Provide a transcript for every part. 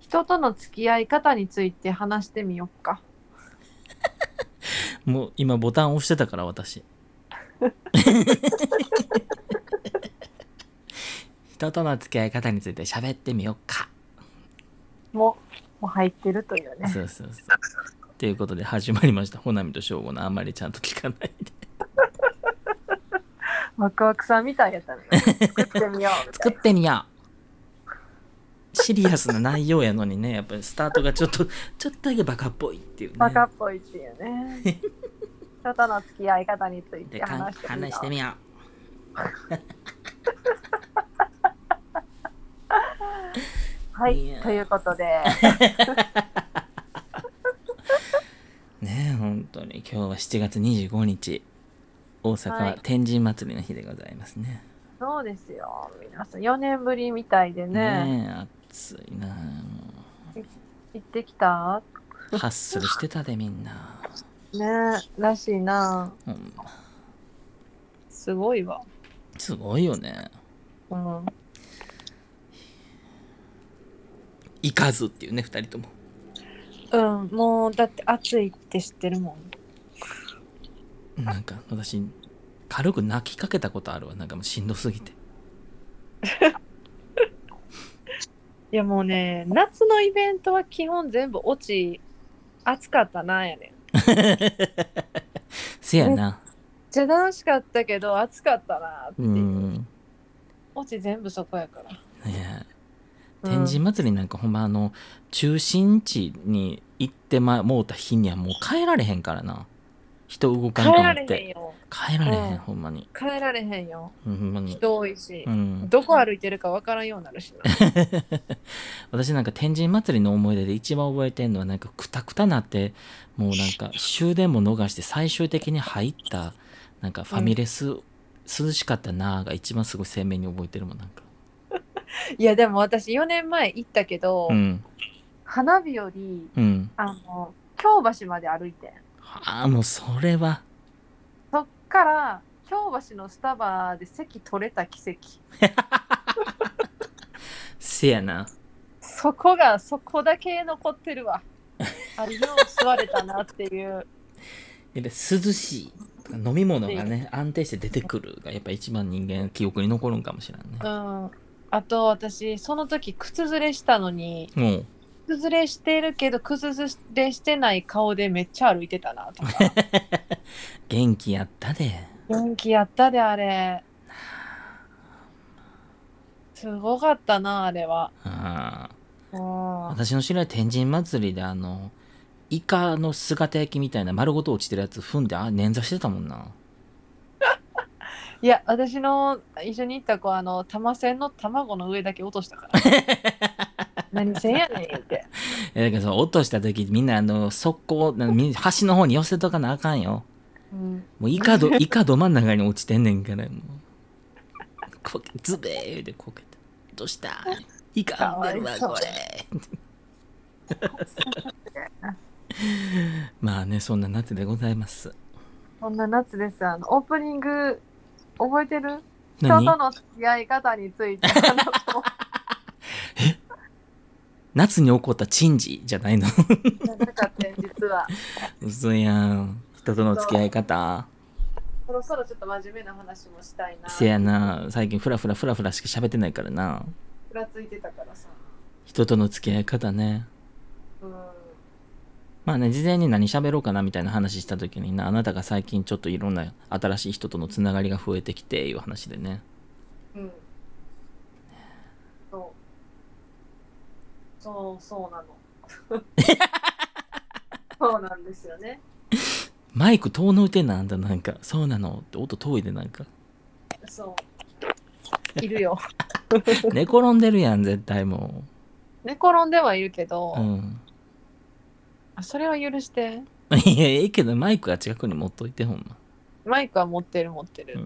人との付き合い方について話してみよっか。 もう今ボタン押してたから私。人との付き合い方について喋ってみようか。 もう入ってるというね。 そうそうそう。ということで始まりました。ほなみとしょうごのあんまりちゃんと聞かないで。 ワクワクさんみたいやったね。作ってみようみた作いな。 ってみよう。シリアスな内容やのにね、やっぱりスタートがちょっとだけバカっぽいっていうね。 バカっぽいっていうね。人との付き合い方についてで話してみよう。 話してみよはい、 いやということで。 う。ねえ、本当に今日は7月25日、大阪は天神祭りの日でございますね。 そうですよ。皆さん4年ぶりみたいでね。 ねえ、暑いな。も行ってきた？ うハッスルしてたでみんな。 ねえ、らしいな。 ほんま。 すごいわ。 すごいよね。 うん。 行かずっていうね、2人とも。 うん、もうだって暑いって知ってるもん。 なんか私軽く泣きかけたことあるわ。なんかもうしんどすぎて。 いやもうね、夏のイベントは基本全部落ち、暑かったなやねん。 せやな。 めっちゃ楽しかったけど暑かったなってういう。 ん。 落ち全部そこやから。 ねえ、天神祭りなんかほんま中心地に行ってもうた日にはもう帰られへんからな。人動かんくなって帰られへんよ。 帰られへん、 うんほんまに。 帰られへんよ。 ほんまに。 人多いし、 うん。 どこ歩いてるかわからんようになるしな。 私なんか天神祭りの思い出で一番覚えてんのは、なんかクタクタなってもうなんか終電も逃して最終的に入ったなんかファミレス、涼しかったなーが一番すごい鮮明に覚えてるもん。なんかいやでも私4年前行ったけど、 うん花火よりうん京橋まで歩いてん。 ああ、もうそれはそっから京橋のスタバで席取れた奇跡。 せやな。 そこだけ残ってるわ。あれよう座れたなっていう。 やっぱ涼しい飲み物がね安定して出てくるがやっぱ一番人間記憶に残るんかもしれんね。 うん。あと私その時靴ずれしたのに、 もう靴ずれしてるけど靴ずれしてない顔でめっちゃ歩いてたなとか。 元気やったで。 元気やったであれ。すごかったなあれは。 ああ、 うん。 私の知り合い天神祭りでイカの姿焼きみたいな丸ごと落ちてるやつ踏んで捻挫してたもんな。 いや私の一緒に行った子玉線の卵の上だけ落としたから。何線やねん言って。 だから落とした時みんな速攻端の方に寄せとかなあかんよ。 うん、 もうイカど真ん中に落ちてんねんから、もうズベーでこけた。どうしたイカ踏んでるわこれ。まあね、そんな夏でございます。 そんな夏です。オープニング覚えてる？人何との付き合い方について話そう。 夏に起こった珍事じゃないの？ じゃなかったよ実は。 嘘やん。人との付き合い方。 そろそろちょっと真面目な話もしたいな。 せやな、最近フラフラしか喋ってないからな。 ふらついてたからさ。 人との付き合い方ね。 うん。 まあね、事前に何喋ろうかなみたいな話した時にあなたが最近ちょっといろんな新しい人とのつながりが増えてきていう話でね。 うん。そうなの。そうなんですよね。 マイク遠のいてんな、あんた。なんかそうなのって音遠いで。なんかそういるよ。 寝転んでるやん絶対。も寝転んではいるけど、 うそれは許して。 いやええけどマイクは近くに持っといてほんま。 マイクは持ってる。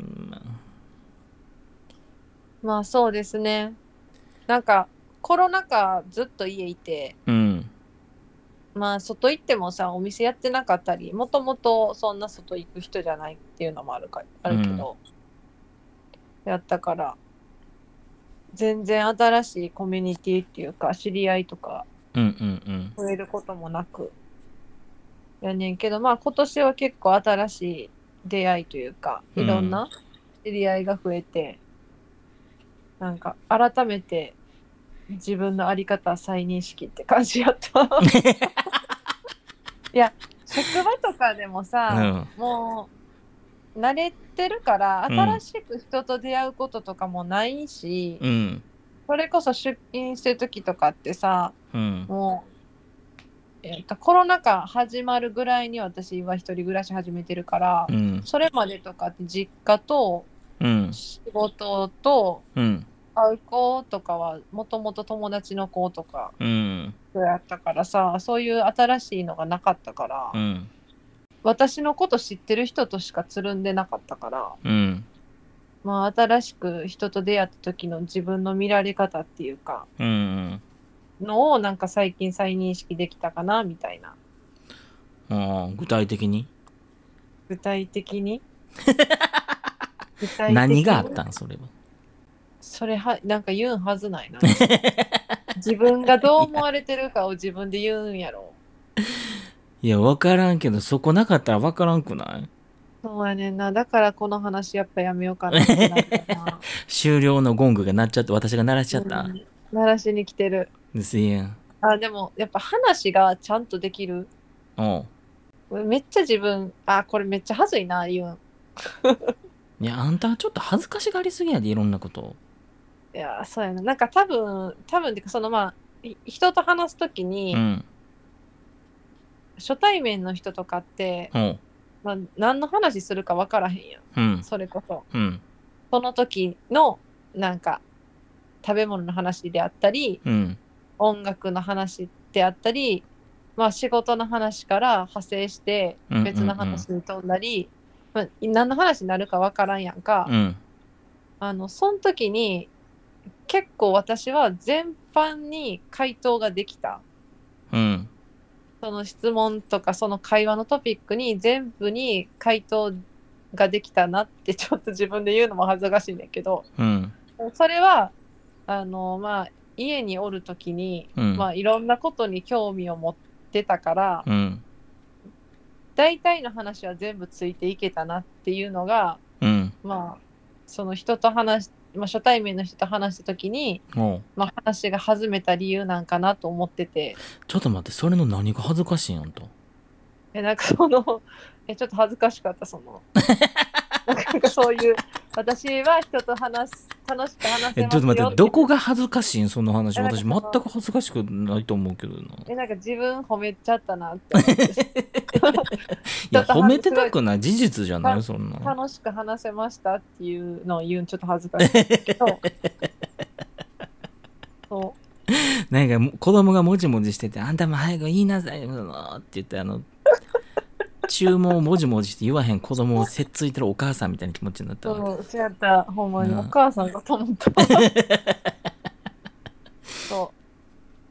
まあそうですね。なんかコロナ禍ずっと家いて、まあ外行ってもさお店やってなかったり、もともとそんな外行く人じゃないっていうのもあるけど、やったから全然新しいコミュニティっていうか知り合いとか増えることもなくやねんけど、まあ今年は結構新しい出会いというか、いろんな知り合いが増えて、なんか改めて自分の在り方再認識って感じやった。いや、職場とかでもさ、もう慣れてるから新しく人と出会うこととかもないし、それこそ出勤してる時とかってさ、もう、コロナ禍始まるぐらいに私は一人暮らし始めてるから、それまでとかって実家と仕事と会う子とかはもともと友達の子とかやったからさ、そういう新しいのがなかったから、私のこと知ってる人としかつるんでなかったから、まあ新しく人と出会った時の自分の見られ方っていうか、のをなんか最近再認識できたかなみたいな。 具体的に具体的に何があったんそれは。 それはなんか言うんはずないな。自分がどう思われてるかを自分で言うんやろ。 いや分からんけど、そこなかったら分からんくない？ そうやねんな。だからこの話やっぱやめようかなってなったな。 終了のゴングが鳴っちゃって、私が鳴らしちゃった。 鳴らしに来てる。 ですやん。 あ、でもやっぱ話がちゃんとできる。めっちゃ自分、これめっちゃはずいな、言うん。 いや、あんたはちょっと恥ずかしがりすぎやで、いろんなこと。 いや、そうやな。なんか多分ってか、そのまあ、人と話すときに、初対面の人とかって、まあ、何の話するか分からへんやん。それこそ。その時の、なんか、食べ物の話であったり、音楽の話であったり、まあ仕事の話から派生して別の話に飛んだり、何の話になるか分からんやんか。その時に結構私は全般に回答ができた。その質問とかその会話のトピックに全部に回答ができたなってちょっと自分で言うのも恥ずかしいんだけど、それはまあ家におる時に、まあいろんなことに興味を持ってたから、大体の話は全部ついていけたなっていうのが、まあその人と初対面の人と話した時に、まあ、話が弾めた理由なんかなと思ってて。 ちょっと待って、それの何が恥ずかしいんやんと。 なんかちょっと恥ずかしかった、なんかそういう、私は人と楽しく話せますよ。 ちょっと待って、どこが恥ずかしいんその話。私全く恥ずかしくないと思うけどな。 なんか自分褒めちゃったなって思って。 いや、褒めてなくない？事実じゃない？そんな。 楽しく話せましたっていうのを言うのちょっと恥ずかしいけど。そう。 なんか子供がもじもじしてて、あんたも早く言いなさいよって言って、注文をもじもじして言わへん子供をせっついてるお母さんみたいな気持ちになった。 そうやった、ほんまにお母さんかと思った。そう。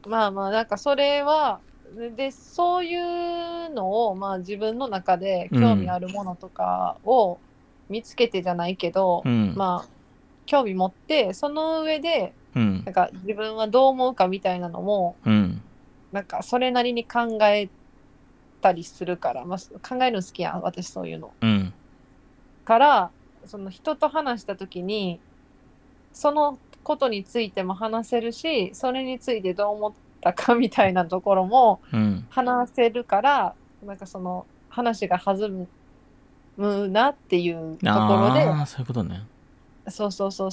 まあまあ、なんかそれは、で、そういうのを、まあ自分の中で興味あるものとかを見つけてじゃないけど、まあ、興味持って、その上で、なんか自分はどう思うかみたいなのも、なんかそれなりに考えたりするから、まあ、考えるの好きやん、私そういうの。からその人と話した時にそのことについても話せるし、それについてどう思ったかみたいなところも話せるから、なんかその話が弾むなっていうところで。 そういうことね。 そう。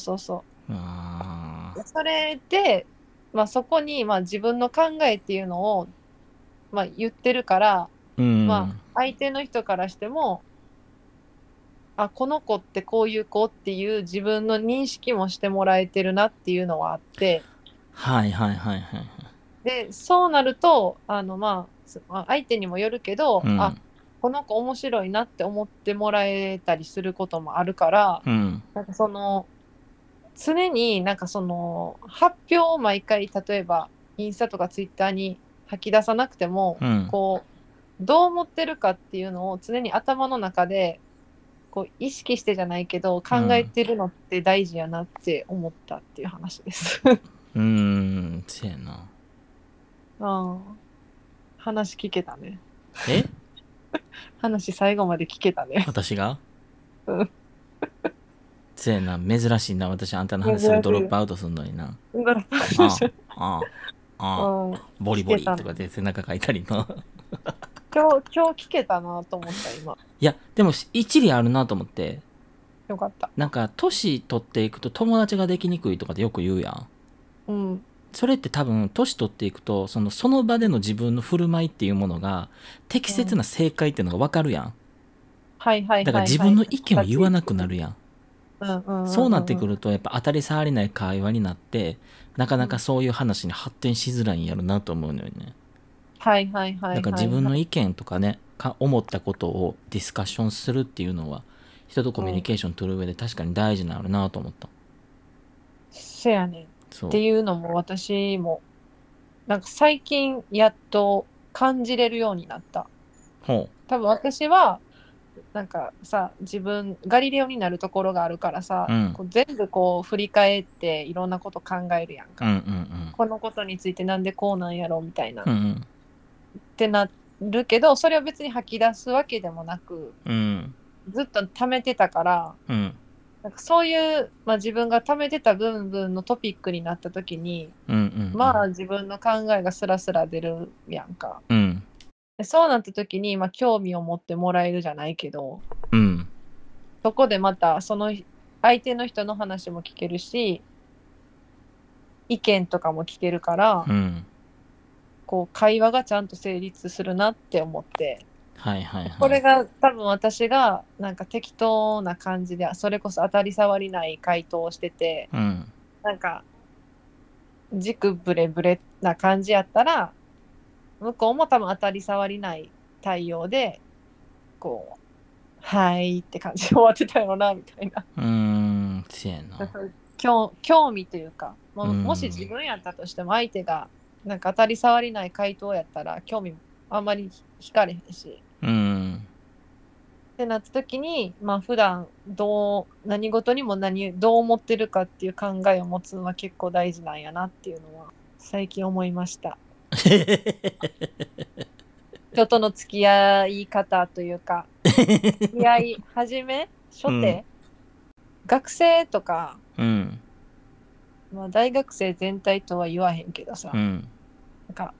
それで、まあ、そこにまあ自分の考えっていうのをまあ言ってるから、まあ相手の人からしても、この子ってこういう子っていう自分の認識もしてもらえてるなっていうのはあって、でそうなるとまあ相手にもよるけど、この子面白いなって思ってもらえたりすることもあるから、なんかその常になんかその発表を毎回例えばインスタとかツイッターに吐き出さなくても、こうどう思ってるかっていうのを常に頭の中でこう意識してじゃないけど考えてるのって大事やなって思ったっていう話です。 せやな。 ああ、話聞けたね。 え話最後まで聞けたね。 私がうん。 せやな、珍しいな。私、あんたの珍話すぐドしいよ。 ロップアウトすんのにな。 だから、 ああ、ああ、 うん、 ボリボ聞けたね。 リとかで背中書いたりの。 今日聞けたなと思った、今。 いや、でも一理あるなと思って。 よかった。 なんか、年取っていくと友達ができにくいとかってよく言うやん。 うん。 それって多分、年取っていくと、その場での自分の振る舞いっていうものが、適うん。 切な正解っていうのがわかるやん。 はいはいだからはいはい。 自分の意見を言わなくなるやん。 うんうんうそうなっんうんうん。 てくると、やっぱ当たり障りない会話になって、なかなかそういう話に発展しづらいんやろなと思うのよね。 はいはいはいだから自はいはい。 分の意見とかね、思ったことをディスカッションするっていうのは、人とコミュニうん。 ケーション取る上で確かに大事なのなと思った。 せやねん。っそていうのも私も、なんか最近やっと感じれるようになった。 う。ほ多分私は、なんかさ、自分、ガリレオになるところがあるからう。 さ、 うん。 こう全部こう振り返っていろんなこと考えるやんか。 うんうんこのことについてなんでこうなんやろみたいな。っうん。うんてなるけど、それを別に吐き出すわけでもなく、 うん。うん。 ずっと溜めてたから、 うん。 なんかそういう、まあ、自分が貯めてた部分のトピックになった時に、 うんうんまあ自分の考えがスラスラ出るやんか。 うん。うん。 でそうなった時に、まあ、興味を持ってもらえるじゃないけど、 うん。 そこでまたその相手の人の話も聞けるし、意見とかも聞けるから、 うん。 こう会話がちゃんと成立するなって思って、 はいはいこれはい。 が多分私がなんか適当な感じで、それこそ当たり障りない回答をしてて、 うん。 なんか軸ブレブレな感じやったら、向こうも多分当たり障りない対応で、こう、はいって感じで終わってたよな、みたいな。 うーん。せやな。 興味というか、 うーもし自ん。 分やったとしても相手がなんか当たり障りない回答やったら興味あんまり惹かれへんし。 うーん。 ってなった時に、まあ普段何事にもどう思ってるかっていう考えを持つのは結構大事なんやなっていうのは最近思いました。人との付き合い方というか、付き合い始めうん。 初手学生とか、 うん。 まあ、大学生全体とは言わへんけどさ、 うん。 なんか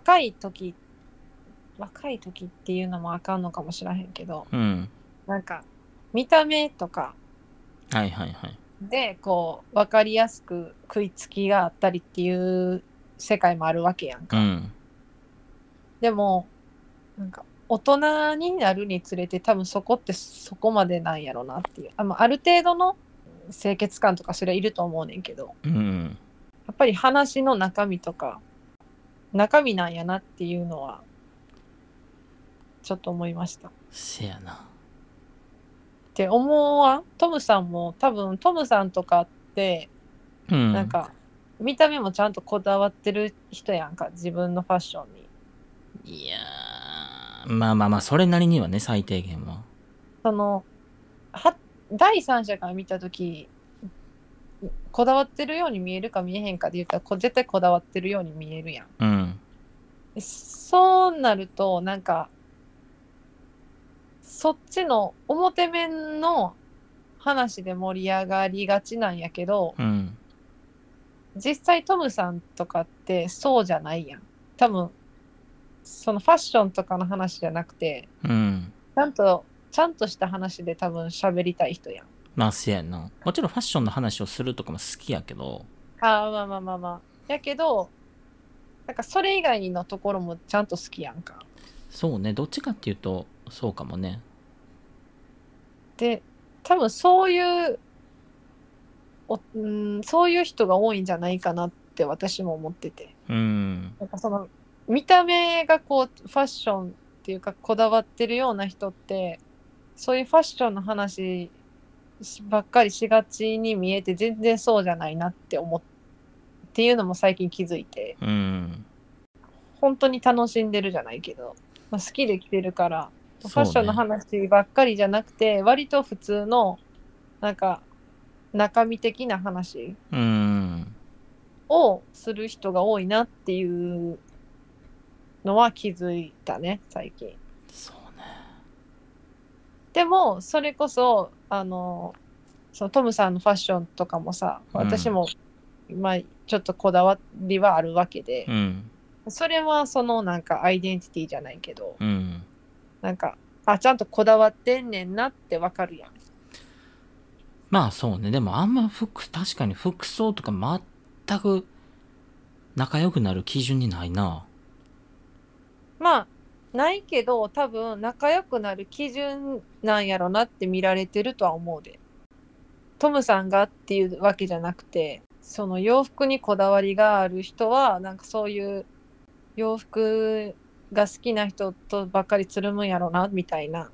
若い時っていうのもあかんのかもしらへんけど、 うん。 なんか見た目とかはいはいはい。 でこう分かりやすく食いつきがあったりっていう世界もあるわけやんか。 うん。 でもなんか大人になるにつれて多分そこってそこまでなんやろなっていう、まあ、ある程度の清潔感とかそれはいると思うねんけど、 うん。 やっぱり話の中身とか中身なんやなっていうのはちょっと思いました。っせやな。 て思わん？トムさんも多分トムさんとかってうん。 なんか見た目もちゃんとこだわってる人やんか、自分のファッションに。 いやー、まあまあまあ、それなりにはね、最低限は。 そのは第三者から見た時こだわってるように見えるか見えへんかで言ったら絶対こだわってるように見えるやん。 うん。 そうなるとなんかそっちの表面の話で盛り上がりがちなんやけど、 うん。 実際トムさんとかってそうじゃないやん。多分そのファッションとかの話じゃなくて、 うん。 ちゃんとした話で多分喋りたい人やん。 まあ、せやな。もちろんファッションの話をするとかも好きやけど、 まあまあまあまあ。やけど、なんかそれ以外のところもちゃんと好きやんか。 そうね、どっちかっていうと、そうかもね。 で、多分そういう人が多いんじゃないかなって私も思ってて。 うん。 なんかその見た目がこうファッションっていうかこだわってるような人ってそういうファッションの話ばっかりしがちに見えて全然そうじゃないなって思っていうのも最近気づいて、 うん。 本当に楽しんでるじゃないけど、まあ、好きで着てるからファッションのそうね。 話ばっかりじゃなくて割と普通のなんか中身的な話うん。 をする人が多いなっていうのは気づいたね、最近。 そうね。 でもそれこそそのトムさんのファッションとかもさ、私も、まあちょっとこだわりはあるわけで、それはそのなんかアイデンティティじゃないけど、なんかちゃんとこだわってんねんなってわかるやん。 まあそうね。でもあんま確かに服装とか全く仲良くなる基準にないな。 まあないけど、多分仲良くなる基準なんやろなって見られてるとは思うで。トムさんがっていうわけじゃなくて、その洋服にこだわりがある人はなんかそういう洋服が好きな人とばっかりつるむんやろなみたいな、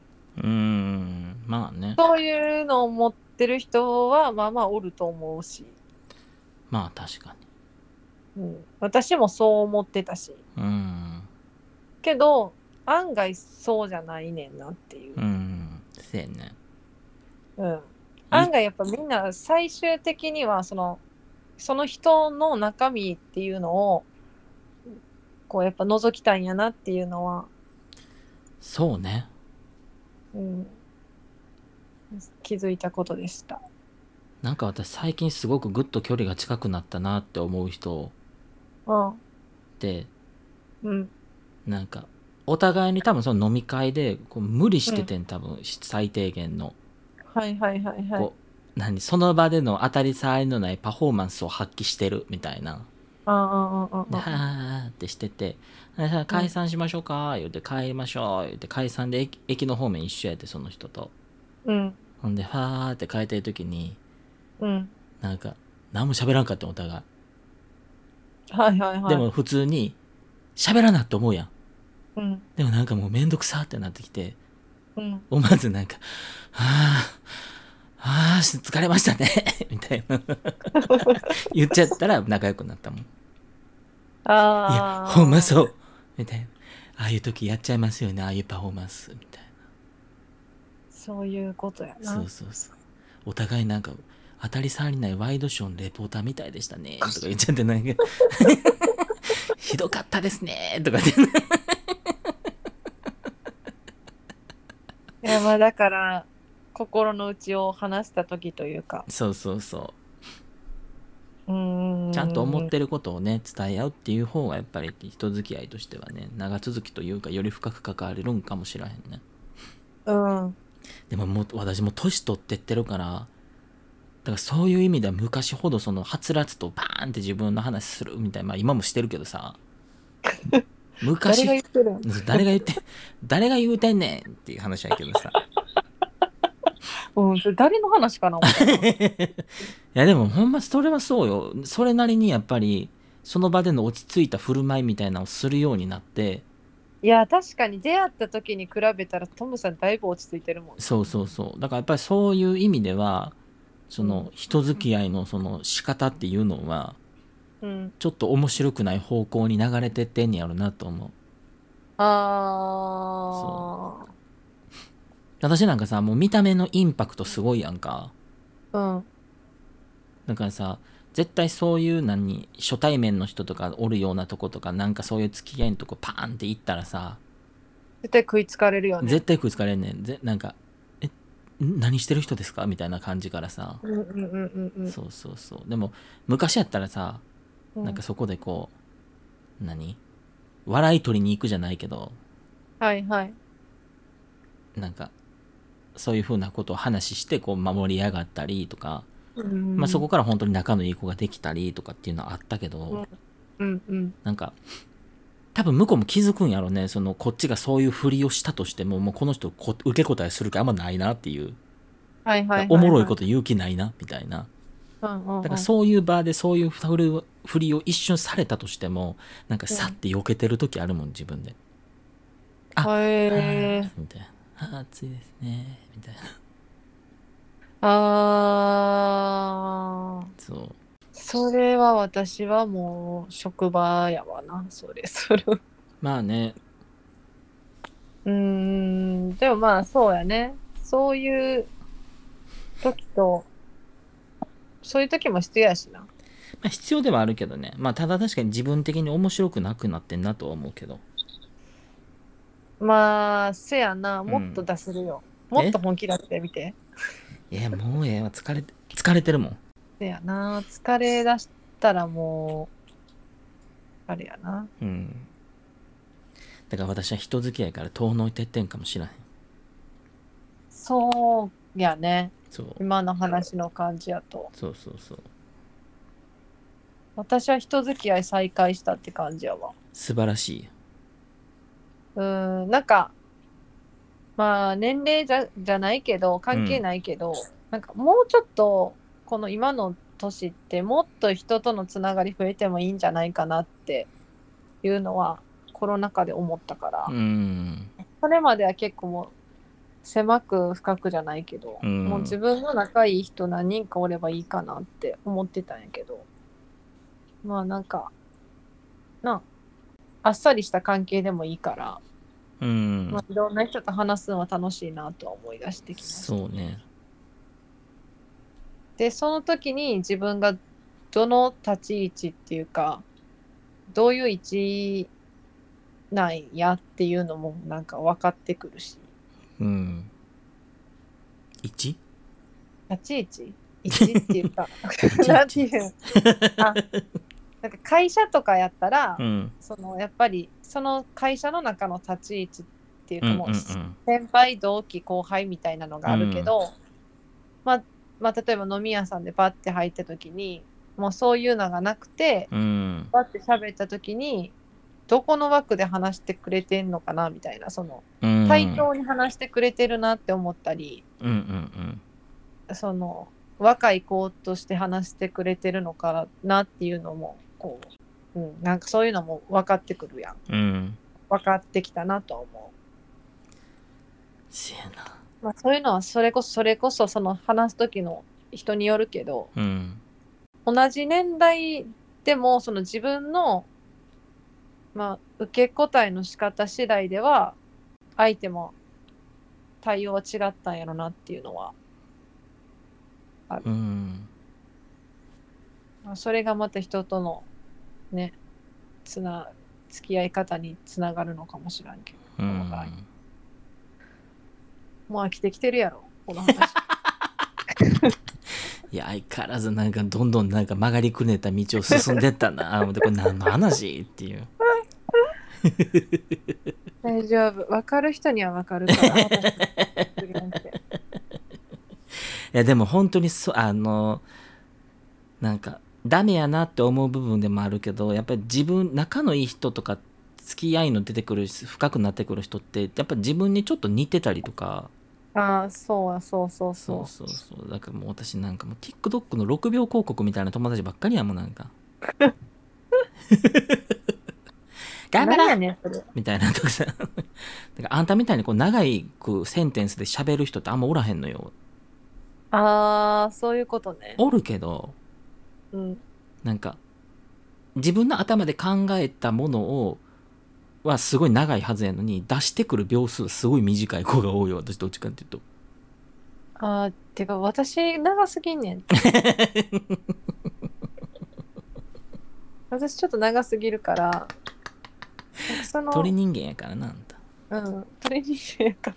まあね。 そういうのを持ってる人はまあまあおると思うし、 まあ確か私もそう思ってたし、 に。 けど案外そうじゃないねんなっていう。 せやね。 案外やっぱみんな最終的にはその人の中身っていうのをこうやっぱ覗きたいんやなっていうのは、 そうね。 気づいたことでした。 なんか私最近すごくぐっと距離が近くなったなって思う人で、なんかお互いに多分その飲み会でこう無理しててん、多分最低限のこうその場での当たり障りのないパフォーマンスを発揮してるみたいな。ではーってしてて、解散しましょうか言うて、帰りましょう言うて、解散で駅の方面一緒やって、その人と。ほんでファーって帰ってる時に、なんか何も喋らんかったお互い。でも普通に喋らなって思うやん。でもなんかもうめんどくさってなってきて、思わずなんか疲れましたねみたいな言っちゃったら仲良くなったもん。いやほんまそうみたいな、ああいう時やっちゃいますよね、ああいうパフォーマンスみたいな。 そういうことやな。 そうお互いなんか当たり障りないワイドショーのレポーターみたいでしたねとか言っちゃって、なんかひどかったですねとかっていやまあだから心の内を話した時というか、 そうちゃんと思ってることをね伝え合うっていう方がやっぱり人付き合いとしてはね長続きというかより深く関われるんかもしれへんね。でももう私も年取ってってるから、だからそういう意味では昔ほどそのはつらつとバーンって自分の話するみたいな、まあ今もしてるけどさ昔誰が言うてんねんっていう話やけどさ誰の話かな思ったいやでもほんまそれはそうよ。それなりにやっぱりその場での落ち着いた振る舞いみたいなのをするようになって、 いや確かに出会った時に比べたらトムさんだいぶ落ち着いてるもん。 そうだからやっぱりそういう意味ではその人付き合いのその仕方っていうのはちょっと面白くない方向に流れてってんやろなと思う。私なんかさもう見た目のインパクトすごいやんか。だからさ絶対そういう初対面の人とかおるようなとことかなんかそういう付き合いのとこパーンって行ったらさ絶対食いつかれるよね。 絶対食いつかれんねん。なんか何してる人ですかみたいな感じからさ、そうでも昔やったらさ、なんかそこでこう笑い取りに行くじゃないけど、なんかそういうふうなことを話してこう守り上がったりとか、まあそこから本当に仲のいい子ができたりとかっていうのはあったけど、なんか多分向こうも気づくんやろね。そのこっちがそういうふりをしたとしても、もうこの人受け答えする気あんまないなっていう、おもろいこと言う気ないなみたいな。だからそういう場でそういうふりを一瞬されたとしても、なんかさって避けてる時あるもん自分で。みたいな。暑いですねみたいな。 それは私はもう職場やわな、それする。 まあね。 でもまあそうやね。そういう時も必要やしな。 まあ必要ではあるけどね。まあただ確かに自分的に面白くなくなってんなとは思うけど。 まあ、せやな、もっとうん。 出せるよ。もっえと本気出してみて。 もうええわ。疲れてるもん。 せやな、疲れ出したらもう、あれやな。 うん。だから私は人付き合いから遠のいてってんかもしらへん。 そうやね。 そう。 今の話の感じやと。 そうそうそう。 私は人付き合い再開したって感じやわ。 素晴らしい。 なんか、まあ、年齢じゃないけど、関係うん。 ないけど、なんかもうちょっと、この今の年ってもっと人とのつながり増えてもいいんじゃないかなっていうのはコロナ禍で思ったかうら、 ん。 それまでは結構もう狭く深くじゃないけど、 うもう自ん。 分の仲いい人何人かおればいいかなって思ってたんやけど、まあなんか、あっさりした関係でもいいから、 うん。 いろんな人と話すのは楽しいなとは思い出してきました。 そうね。 で、その時に自分がどの立ち位置っていうか、どういう位置なんやっていうのもなんか分かってくるし、 うん。1？ 立ち位置位置っていうか、 立ち位なんて置。 いう、あ、なんか会社とかやったら、 うん。 やっぱりその会社の中の立ち位置っていううんうかもうん先輩同期後輩みたいなのがあるけうん。 ど、まあ、例えば飲み屋さんでパッて入った時にもうそういうのがなくてうん。 パッて喋った時にどこの枠で話してくれてんのかなみたいなうん。 対等に話してくれてるなって思ったり、 うんうんその若い子として話してくれてるのかなっていうのもこう、なんかそういうのも分かってくるやん。 うん。うん。 分かってきたなと思せやな。 う。まあそういうのはそれこそその話す時の人によるけど、 うん。 同じ年代でもその自分の受け答えの仕方次第では相手も対応は違ったんやろなっていうのはあうる。 ん。 それがまた人とのね、付き合い方につながるのかもしれんけど、 うこの場合。 ん。 もう飽きてきてるやろ、この話。 いや、相変わらずなんかどんどんなんか曲がりくねった道を進んでったな。で、これ何の話っていう。 大丈夫。分かる人には分かるから、私の発言って。 いや、でも本当になんか、ダメやなって思う部分でもあるけど、やっぱり仲のいい人とか、付き合いの出てくる、深くなってくる人って、やっぱ自分にちょっと似てたりとか、 ああ、そうそうそうそそうそう。だからもう私なんかもう TikTok の6秒広告みたいな友達ばっかりやもんなんか。 う。 頑張ら何やねん、それ。 みたいなとかさ。だからあんたみたいにこう長いセンテンスで喋る人ってあんまおらへんのよ。 ああ、そういうことね。 おるけど、 うん。 なんか自分の頭で考えたものをはすごい長いはずやのに出してくる秒数はすごい短い子が多いよ。私どっちかっていうと。 ああ、てか私長すぎんねんって。私ちょっと長すぎるから、なんか鳥人間やからなあんた。 鳥人間やから、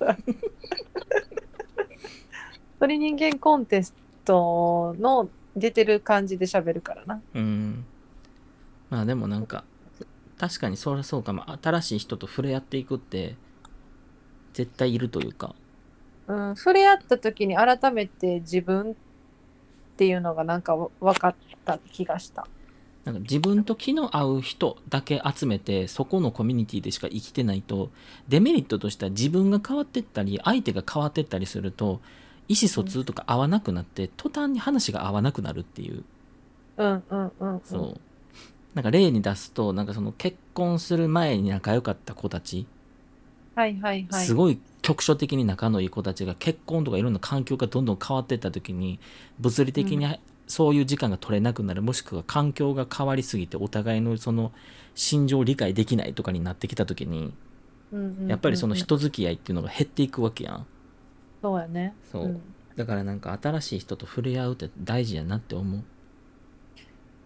鳥人間コンテストの出てる感じで喋るからな。 うん。まあでもなんか確かにそりゃそうかも。新しい人と触れ合っていくって絶対いるというか。 触れ合った時に改めて自分っていうのがなんか分かった気がした。 なんか自分と気の合う人だけ集めてそこのコミュニティでしか生きてないと、デメリットとしては自分が変わってったり相手が変わってったりすると意思疎通とか合わなくなって、途端に話が合わなくなるっていう。 うんうんうんうん。 そう。なんか例に出すと、なんかその結婚する前に仲良かった子たち、 はいはいはい。 すごい局所的に仲のいい子たちが結婚とかいろんな環境がどんどん変わっていった時に、物理的にそういう時間が取れなくなる、もしくは環境が変わりすぎてお互いのその心情を理解できないとかになってきた時に、 うんうんうんうん、 やっぱりその人付き合いっていうのが減っていくわけやん。 そうやね。 そう。 うん。 だからなんか新しい人と触れ合うって大事やなって思う。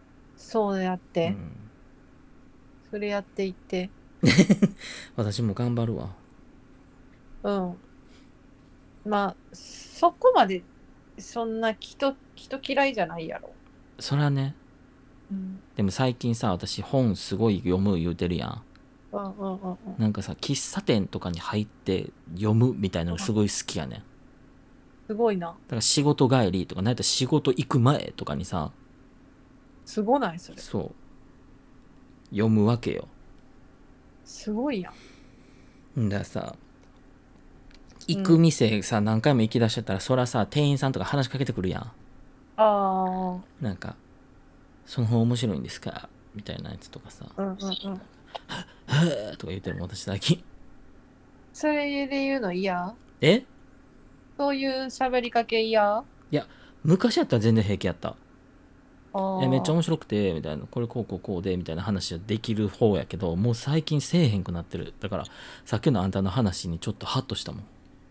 そうやっうて、 ん、 それやっていって。 私も頑張るわ。 うん。まあ、そこまで、そんな人嫌いじゃないやろ。 そらね。 うん。 でも最近さ、私本すごい読む言うてるやん。 うんうんうんうん。 なんかさ、喫茶店とかに入って読むみたいなのすごい好きやねん。だすごいな。 から仕事帰りとか、なんやったら仕事行く前とかにさ、 すごないそれ。 そう、読むわけよ。 すごいやん。 んださ、行く店さ、何回も行き出しちゃったら、そらさ、店員さんとか話しかけてくるやん。 あなんか、その方面白いんですかみたいなやつとかさ、 あ、うんうんうん。 はぁとか言ってるもん、私最近。 それで言うの嫌？ えそういう喋りかけ嫌？ いや、昔やったら全然平気やった。いや、めっちゃああ、 面白くて、みたいな、これこうこうこうで、みたいな話はできる方やけど、もう最近せえへんくなってる。だから、さっきのあんたの話にちょっとハッとしたもん。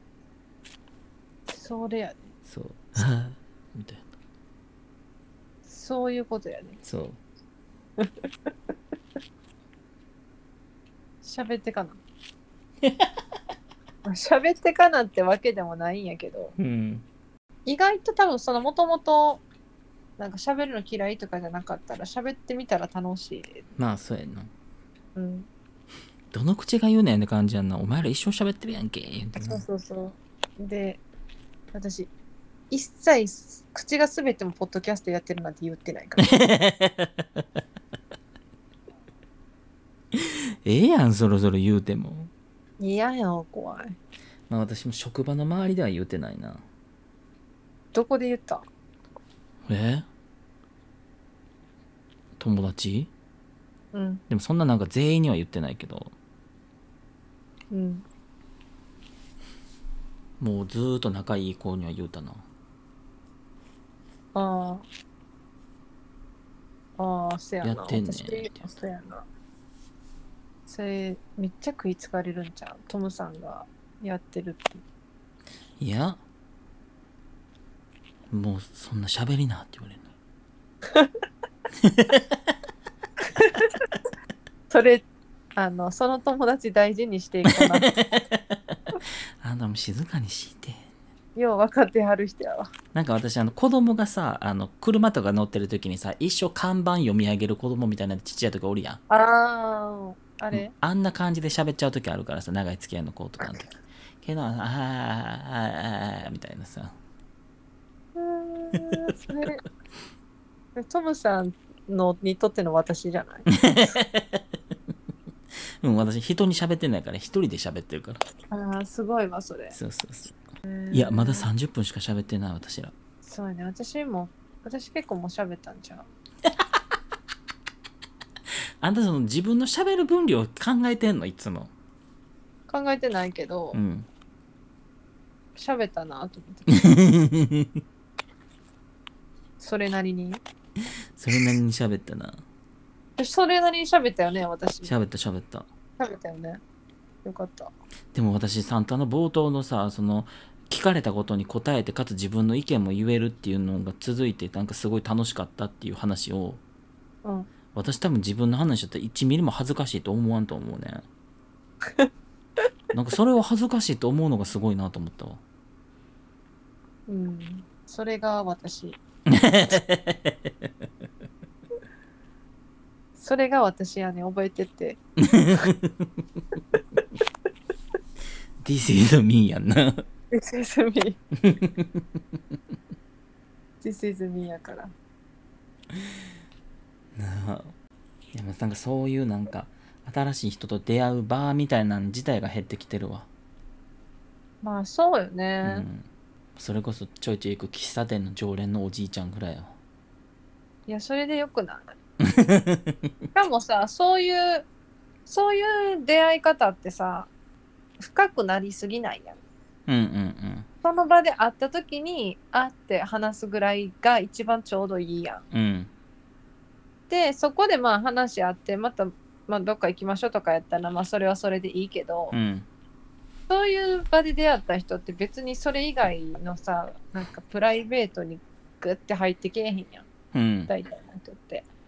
それやね。 そう。はぁみたいな。 そういうことやね。 そう。 喋ってかな。喋ってかなってわけでもないんやけど、 うん。 意外と多分そのもともとなんか喋るの嫌いとかじゃなかったら喋ってみたら楽しいで。 まあ、そうやな。 うん。 どの口が言うねんって感じやんな。お前ら一生喋ってるやんけ。言うてなそうそうそう。で、私、一切口が全てもポッドキャストやってるなんて言ってないから。 ええやん、そろそろ言うても。 嫌やん、怖い。 まあ私も職場の周りでは言うてないな。 どこで言った？ 友達うん。 でもそんななんか全員には言ってないけど、 うん。 もうずーっと仲いい子には言うたな。 ああ。ああ、そやな。 やってんねん。 私、そうやな。それ、めっちゃ食いつかれるんちゃう？トムさんがやってるって。 いや、もうそんな喋りなって言われるそれ、その友達大事にしていかな。 あんたも静かにして。 よう分かってはる人やわ。 なんか私子供がさ、車とか乗ってる時にさ、一生看板読み上げる子供みたいなちっちゃい時おるやん。 ああ、あれあんな感じで喋っちゃう時あるからさ、長い付き合いの子とかの時。けど、みたいなさ。 それ、トムさんのにとっての私じゃない？ うん、私人に喋ってないから、一人で喋ってるから。 ああ、すごいわ、それ。 そうそうそう。いや、まだ30分しか喋ってない、私ら。 そうやね。私結構もう喋ったんちゃう？ あんたその自分の喋る分量考えてんのいつも。 考えてないけどう、ん。 喋ったなと思って。それなりに。 それなりに喋ったな。 それなりに喋ったよね、私。 喋った喋った。 喋ったよね。よかった。 でも私、サンタの冒頭のさ、聞かれたことに答えて、かつ自分の意見も言えるっていうのが続いて、なんかすごい楽しかったっていう話を、 うん。 私多分自分の話だったら1ミリも恥ずかしいと思わんと思うね。なんかそれを恥ずかしいと思うのがすごいなと思ったわ。 うん。それが私。それが私やね、覚えてて。 This is me やんな。 This is me. This is me やから。 なあ。でもなんかそういうなんか新しい人と出会う場みたいなの自体が減ってきてるわ。 まあそうようね。 ん。それこそちょいちょい行く喫茶店の常連のおじいちゃんぐらいやわ。 いや、それでよくない？しかもさ、そういう出会い方ってさ、深くなりすぎないやん。 うんうんその場で会った時に会って話すぐらいが一番ちょうどいいやん。 うん。うん。 で、そこでまあ話し合って、また、まあ、どっか行きましょうとかやったら、まあそれはそれでいいけど、 うん。 そういう場で出会った人って別にそれ以外のさ、なんかプライベートにグッて入ってけえへんやん。 うん。 大体の人って。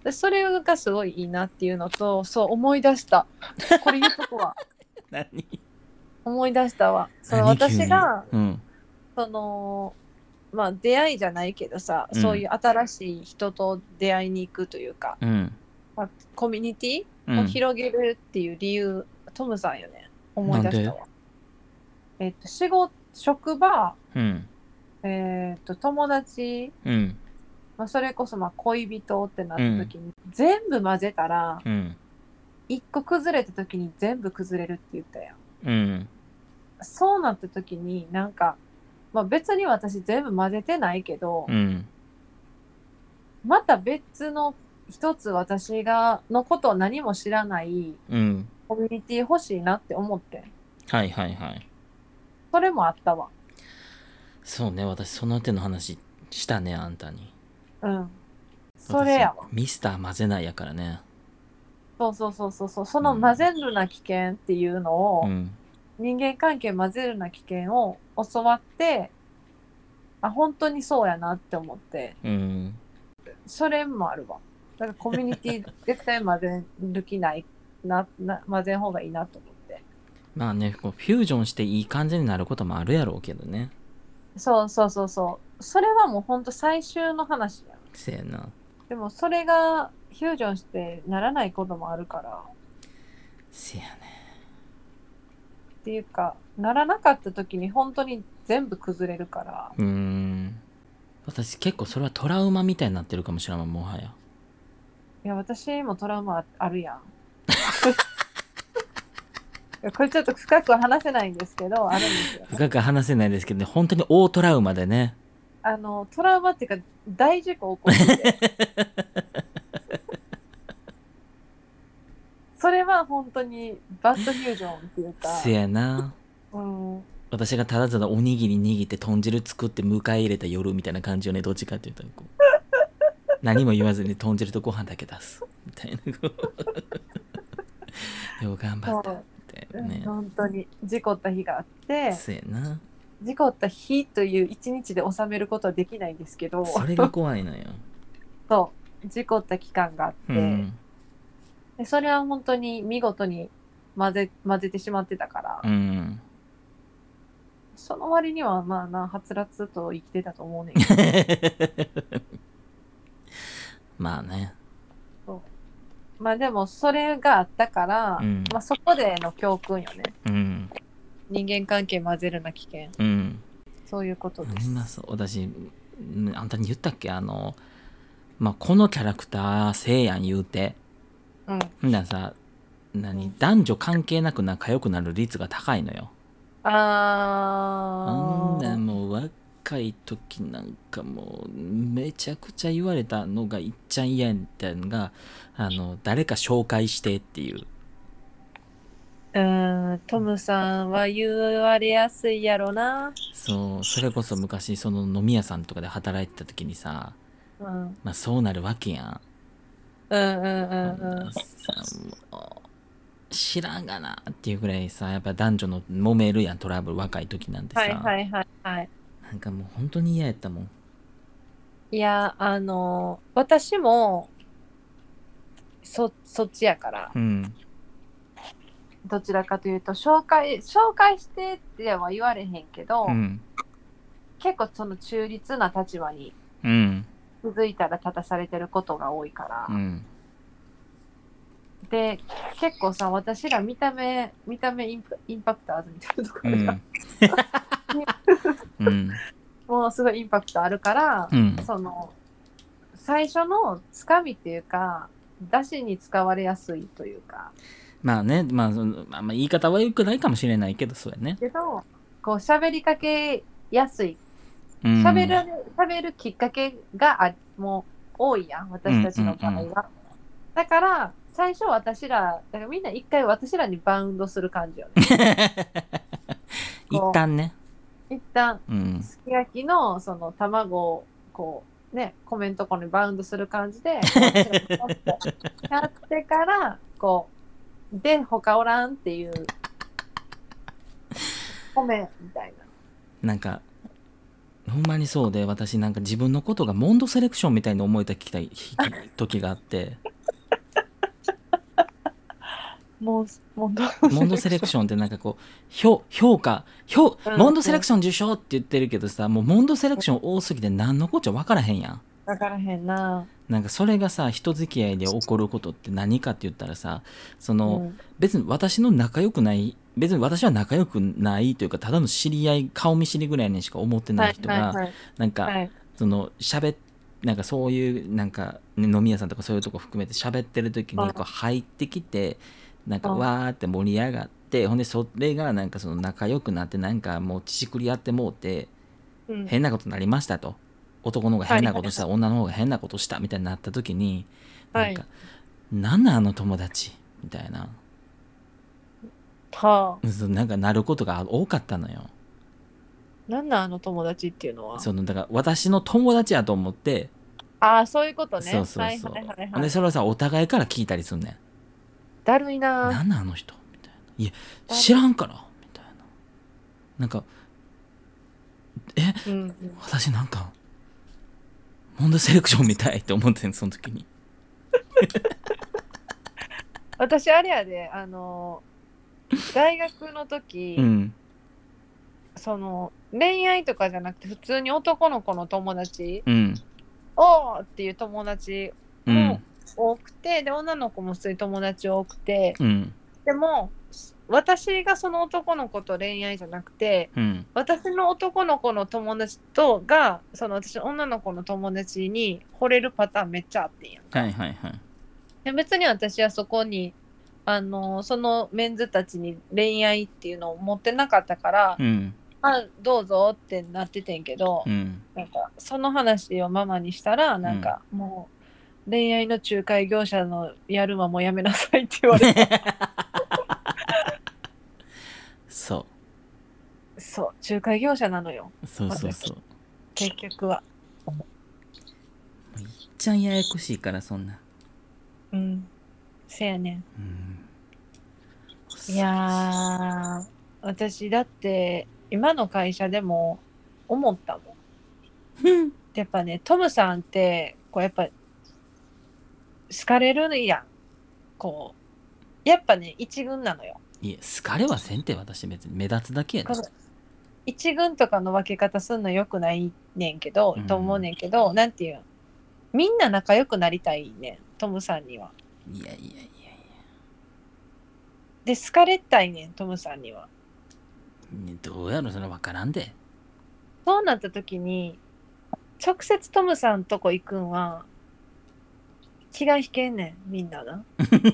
それがすごいいいなっていうのと、そう思い出した。これ言うとこは何思い出したわ。その何急に。 私が、 うん。 そのまあ出会いじゃないけどさ、 うんそういう新しい人と出会いに行くというか、 うん。 まあ、コミュニティをうん。 広げるっていう理由、トムさんよね。思なんで。 い出したわ。仕事、職場、 うん。 友達、 うん。 まあ、それこそまあ恋人ってなっうんた時に、全部混ぜたら、 うん。 一個崩れた時に全部崩れるって言ったやん。 うん。 そうなった時になんか、まあ、別に私全部混ぜてないけど、 うん。 また別の一つ私がのことを何も知らないうん。 コミュニティ欲しいなって思ってん。 はいはいはい。 それもあったわ。 そうね、私その手の話したね、あんたに。 うん。それ私、 やわ。 ミスター混ぜないやからね。 そうそうそうそうそう。そうん。 の混ぜるな危険っていうのを、 うん。 人間関係混ぜるな危険を教わって、あ、本当にそうやなって思って、 うん。 それもあるわ。だからコミュニティ絶対混ぜる気ない混ぜん方がいいなと思って。 まあね、こうフュージョンしていい感じになることもあるやろうけどね。 そうそうそうそう。それはもう本当最終の話やん。 せやな。 でもそれがフュージョンしてならないこともあるからせやね。 っていうか、ならなかった時に本当に全部崩れるから。 私結構それはトラウマみたいになってるかもしれない、もはや。 いや、私もトラウマあるやん。いやこれちょっと深くは話せないんですけど、あるんですよね。 深く話せないですけどね、本当に大トラウマでね。 トラウマっていうか、大事故起こってて。それは本当にバッドフュージョンっていうか、 せやな。 うん、 私がただただおにぎり握って豚汁作って迎え入れた夜みたいな感じよね、どっちかっていうとこう何も言わずに豚汁とご飯だけ出すみたいな。よう頑張ったみたいなね。 本当に事故った日があって、 せやな。 事故った日という一日で収めることはできないんですけど、 それが怖いのよ。 そう事故った期間があって、でそれは本当に見事に混ぜてしまってたから、その割にはまあなはつらつと生きてたと思うねんけどまあね。 そうまあでもそれがあったから、まあそこでの教訓よね。人間関係混ぜるな危険。そういうことです。 私あんたに言ったっけ、まあこのキャラクターせいやん言うて、なさ、男女関係なく仲良くなる率が高いのよ。あんなもう若い時なんかもうめちゃくちゃ言われたのがいっちゃん嫌やったのが、誰か紹介してっていう。 トムさんは言われやすいやろな。 そう、それこそ昔その飲み屋さんとかで働いてた時にさ、まあそうなるわけやん。知らんがなっていうぐらいさ、やっぱ男女の揉めるやん、トラブル、若い時なんてさ。なんかもう本当に嫌やったもん。 いや、私もそっちやから、どちらかというと紹介してっては言われへんけど、結構その中立な立場に気づいたら立たされてることが多いから、で結構さ、私ら見た目インパクターズみたいなところが、もうすごいインパクトあるから、その最初のつかみっていうか出しに使われやすいというか、 まあね、まあ言い方は良くないかもしれないけど、そうやね。 けどこう喋りかけやすい、喋るきっかけがもう多いやん、私たちの場合は。だから最初だからみんな一回私らにバウンドする感じよね。 一旦ね。 一旦、すき焼きのその卵をこうね、米のところにバウンドする感じでやってからこうで他おらんっていう米みたいな。 なんかほんまにそうで、私なんか自分のことがモンドセレクションみたいに思えた時があって、 もう、もうどモンドうセレクション。 セレクションってなんかこう、モンドセレクション受賞って言ってるけどさ、もうモンドセレクション多すぎて何のこっちゃ分からへんやん。 わからへんな。 なんかそれがさ、人付き合いで起こることって何かって言ったらさ、その、 うん。 別に私の仲良くない、別に私は仲良くないというか、ただの知り合い、顔見知りぐらいにしか思ってないはい人が、 はいはい。 なんか、 はい。 その、なんかそういう、なんか、ね飲み屋さんとかそういうとこ含めて喋ってる時にこうう入ってきて、なんかん。うん。 わーって盛り上がって、ほんでそれがなんかその仲良くなって、なんかもう乳くりやってもうて、 うん。 変なことになりましたと。男の方がはいはい。 変なことした、女の方が変なことしたみたいになった時に、なんか、 はい。 なんなんあの友達みたいな、 はあ。 なんかなることが多かったのよ。 なんなんあの友達っていうのは。 その、だから私の友達やと思って、 ああ、そういうことそうね。 そうそう。 はいはいはいほんで、 はい。 それをさ、お互いから聞いたりすんねだるいん。 な。 なんなんあの人みたいな。いや、 だるい。 知らんからみたいな。なんか、え、 うんうん。 私なんか、モンドセレクションみたいって思ってん、その時に。 私、あれやで、大学の時、 うん。 恋愛とかじゃなくて、普通に男の子の友達、 うん。 おーっていう友達もうん。 多くて、で、女の子も普通に友達多くて、 うん。 でも、私がその男の子と恋愛じゃなくて、 うん。 私の男の子の友達とが、私の女の子の友達に惚れるパターンめっちゃあってんやんか。 はいはいはい。 で別に私はそこに、そのメンズたちに恋愛っていうのを持ってなかったから、 うん。 あ、どうぞってなっててんけど、 うん。 なんか、その話をママにしたら、 うん。 なんか、もう、恋愛の仲介業者のやるはもうやめなさいって言われた。 そそう、仲介業者なのよ。 う。そうそうそ私、 う。 結局は。 いっちゃんややこしいから、そんな。 うん。せやねうん。 ん。い恐ろしい。 やー、私だって、今の会社でも思ったもん。やっぱね、トムさんって、こう、やっぱ、好かれるやん。こう、やっぱね、一軍なのよ。 いえ、好かれはせんて、私別に目立つだけやで。 この一軍とかの分け方すんのよくないねんけど、と思ううん。 ねんけど、なんていうん、みんな仲良くなりたいねん、トムさんには。 いやいやいやいで、好かれたいねん、トムさんには。 や。どうやろ、それ分からんで。 そうなった時に、直接トムさんとこ行くんは、気が引けんねん、みんなな。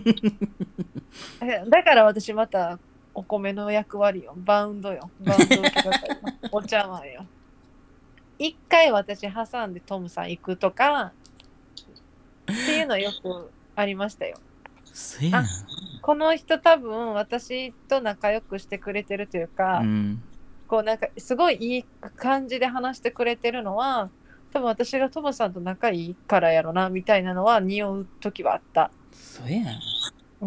だから私また、お米の役割よ。バウンドよ。バウンド受け係よ。お茶碗よ。一回私挟んでトムさん行くとか、っていうのよくありましたよ。 せやん。 あ、この人多分私と仲良くしてくれてるというか、 うん。 こうなんかすごいいい感じで話してくれてるのは、多分私がトムさんと仲いいからやろな、みたいなのは匂う時はあった。 そやん。 うん。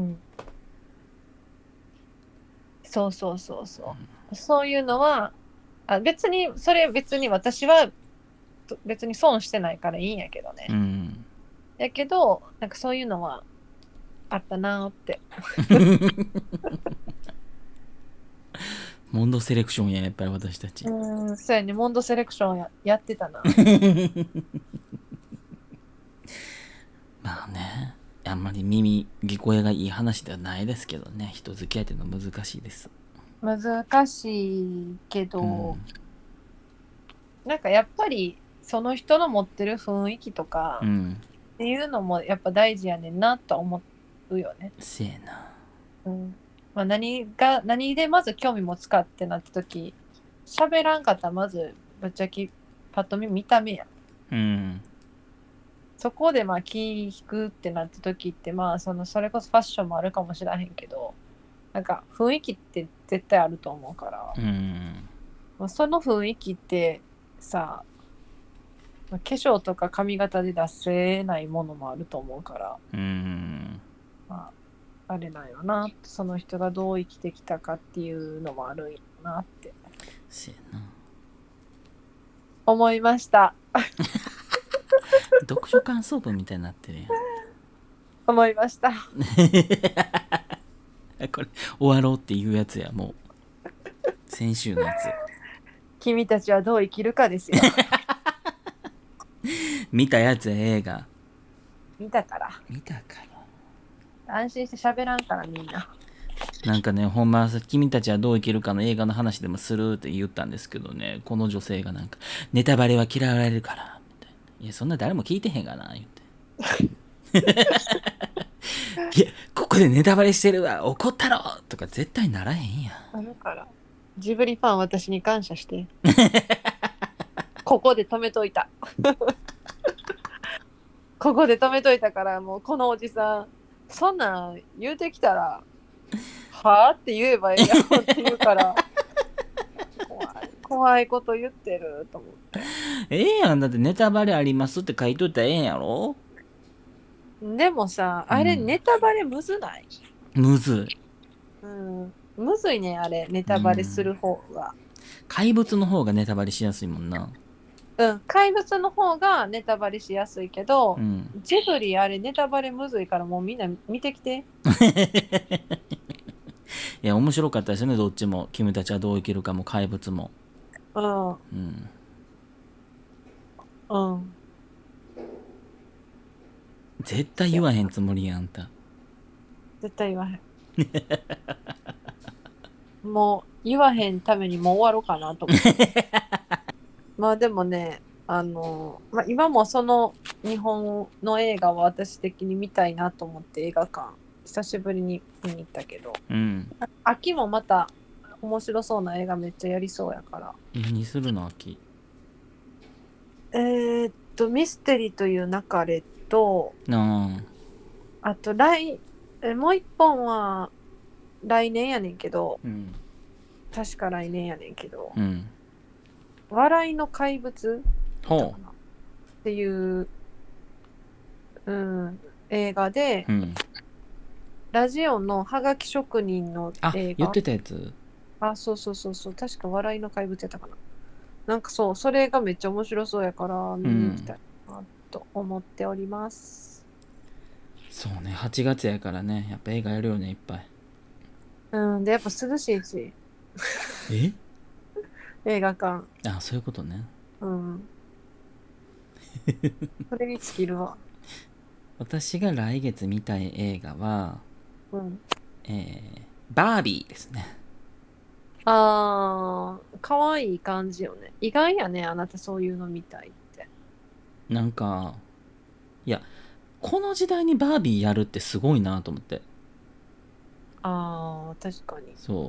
そうそうそうそう。そういうのは、別に私は別に損してないからいいんやけどね。 うん。 やけど、なんかそういうのはあったなーって。 モンドセレクションや、やっぱり私たち。 そうやね、モンドセレクションやってたな。 まあね。あんまり聞こえがいい話ではないですけどね。人付き合いっていうのは難しいです。 難しいけうん。 ど、なんかやっぱりその人の持ってる雰囲気とかうん。 っていうのもやっぱ大事やねんなとは思うよね。 せやな。 うん。まあ何でまず興味持つかってなった時、喋らんかったらまずぶっちゃけパッと見た目や。 うん。 そこでまあ気引くってなった時ってまあそれこそファッションもあるかもしれへんけど、なんか雰囲気って絶対あると思うから、 うん。 まあ、その雰囲気ってさ、まあ化粧とか髪型で出せないものもあると思うから、 うん。 まあ、あれなんよな、その人がどう生きてきたかっていうのもあるんよなって。 せやな。 思いました。 読書感想文みたいになってるやん。 思いました。 これ終わろうっていうやつや。もう先週のやつ。 君たちはどう生きるかですよ。 見たやつや。映画見たから。 見たから。 安心して喋らんからみんな。 なんかね、ほんま君たちはどう生きるかの映画の話でもするって言ったんですけどね、この女性がなんかネタバレは嫌われるからみたいな。いや、そんな誰も聞いてへんがな言って。いや、ここでネタバレしてるわ、怒ったろとか絶対ならへんやん。 あるから。ジブリファン私に感謝して。ここで止めといた。ここで止めといたから、もうこのおじさん、そんなん言うてきたら、はぁって言えばええやんって言うから、怖いこと言ってると思って。 ええやん、だってネタバレありますって書いといたらええんやろ。 でもさ、あれネタバレむずない？ むずい。 むずいね、あれ、ネタバレする方が。 怪物の方がネタバレしやすいもんな。 怪物の方がネタバレしやすいけど、ジブリあれネタバレむずいからもうみんな見てきて。 いや、面白かったですよね、どっちも。君たちはどう生きるかも怪物も。絶対言わへんつもりやん、あんた。 絶対言わへん。もう言わへんためにもう終わろうかなと思って。まあでもね、今もその日本の映画を私的に見たいなと思って映画館久しぶりに見に行ったけど、秋もまた面白そうな映画めっちゃやりそうやから。 何するの秋？ ミステリという流れと、あともう一本は来年やねんけど、確か来年やねんけど、笑いの怪物っていう、映画で、ラジオのハガキ職人の映画。 言ってたやつ。 そう。確か笑いの怪物やったかな。なんかそう、それがめっちゃ面白そうやから見に行きたいなと思っております。 そうね、8月やからね、やっぱ映画やるよね、いっぱい。 で、やっぱ涼しいし。映画館。 そういうことね。 それに尽きるわ。 私が来月見たい映画は、バービーですね。 可愛い感じよね。意外やね、あなたそういうの見たいって。 なんか、いや、この時代にバービーやるってすごいなと思って。 確かに。 そう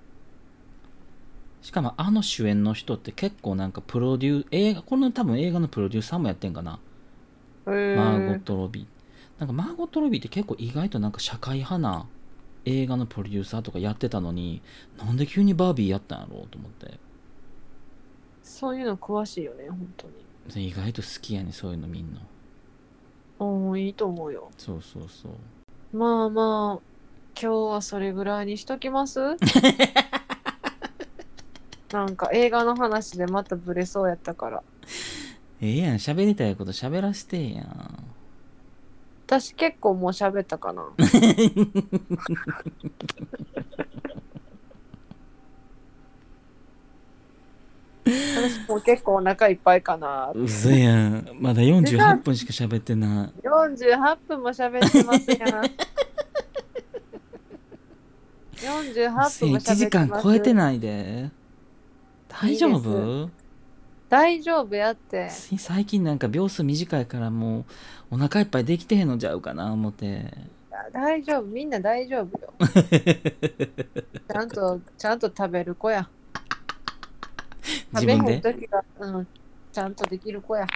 。しかもあの主演の人って結構なんかこの多分映画のプロデューサーもやってんかな。マーゴット・ロビー。なんかマーゴット・ロビーって結構意外となんか社会派な映画のプロデューサーとかやってたのに、なんで急にバービーやったんやろうと思って。 そういうの詳しいよね、本当に。意外と好きやね、そういうのみんな。 いいと思うよ。 そう。 まあまあ、今日はそれぐらいにしときますなんか映画の話でまたブレそうやったから。 やん、喋りたいこと喋らせてやん。 私結構もう喋ったかな。私も結構お腹いっぱいかな。 うそやん。まだ48分しか喋ってない。 48分も喋ってますやん。48分も喋ってます。 1時間超えてないで。大丈夫？ 大丈夫やって。 最近なんか秒数短いからもうお腹いっぱいできてへんのちゃうかな思って。 大丈夫、みんな大丈夫よ。ちゃんと食べる子や。食べへん時が、ちゃんとできる子や。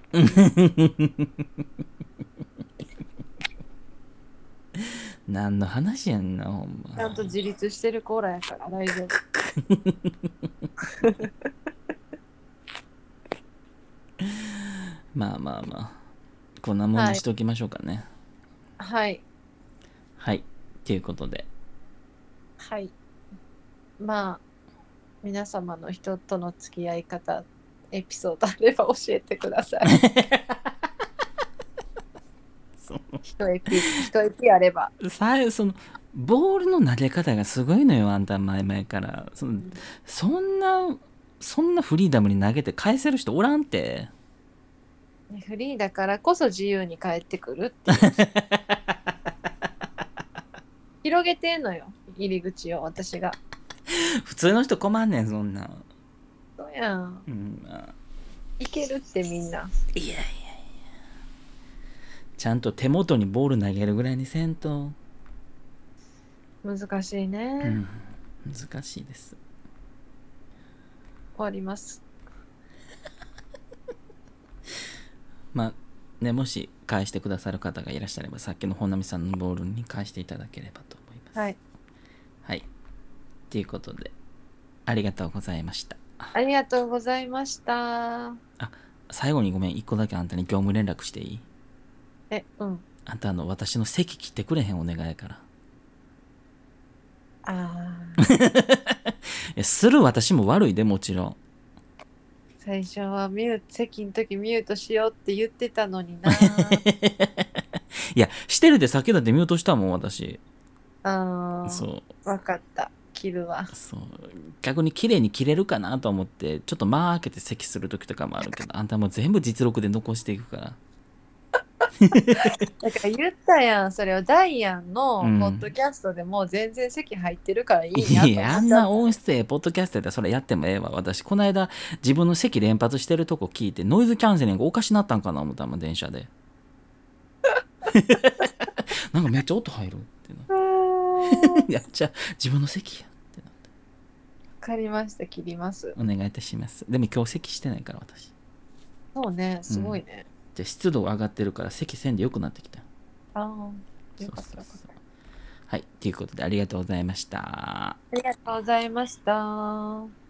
何の話やんな、ほんま。 ちゃんと自立してる子らやから大丈夫。 まあこんなもんにしときましょうかね。はいということで、 まあ皆様の人との付き合い方エピソードあれば教えてください。一エピあれば。 そのボールの投げ方がすごいのよ、あんた前々から。そんなフリーダムに投げて返せる人おらんて。 フリーだからこそ自由に帰ってくるっていう。広げてんのよ、入り口を私が。 普通の人困んねん、そんな。 そうやん。いけるってみんな。 いやいやいや。ちゃんと手元にボール投げるぐらいにせんと。 難しいね。 難しいです。 終わります。 まあね、もし返してくださる方がいらっしゃれば、さっきの本並さんのボールに返していただければと思います。 はい。 はい。ということで、ありがとうございました。 ありがとうございました。 最後にごめん、1個だけあんたに業務連絡していい？あんた私の席切ってくれへん、お願いやから。する私も悪いで、もちろん。 最初は席の時ミュートしようって言ってたのにな。いや、してるで、さっきだってミュートしたもん、私。 そう。わかった。切るわ。 そう。逆に綺麗に切れるかなと思って、ちょっと間開けて席する時とかもあるけど、あんたもう全部実録で残していくから。 だから言ったやん、それをダイアンのポッドキャストでも全然席入ってるからいいやと思っちゃった。いや、 あんな音質でポッドキャストでそれやってもええわ。私この間自分の席連発してるとこ聞いてノイズキャンセリングおかしなったんかな思ったもん、電車で。なんかめっちゃ音入るってな。やっちゃ自分の席やってなった。 わかりました、切ります。 お願いいたします。でも今日席してないから私。 そうね、すごいね。 じゃあ湿度上がってるから席せんでよくなってきた。 よかったよかった。 はい、ということでありがとうございました。 ありがとうございました。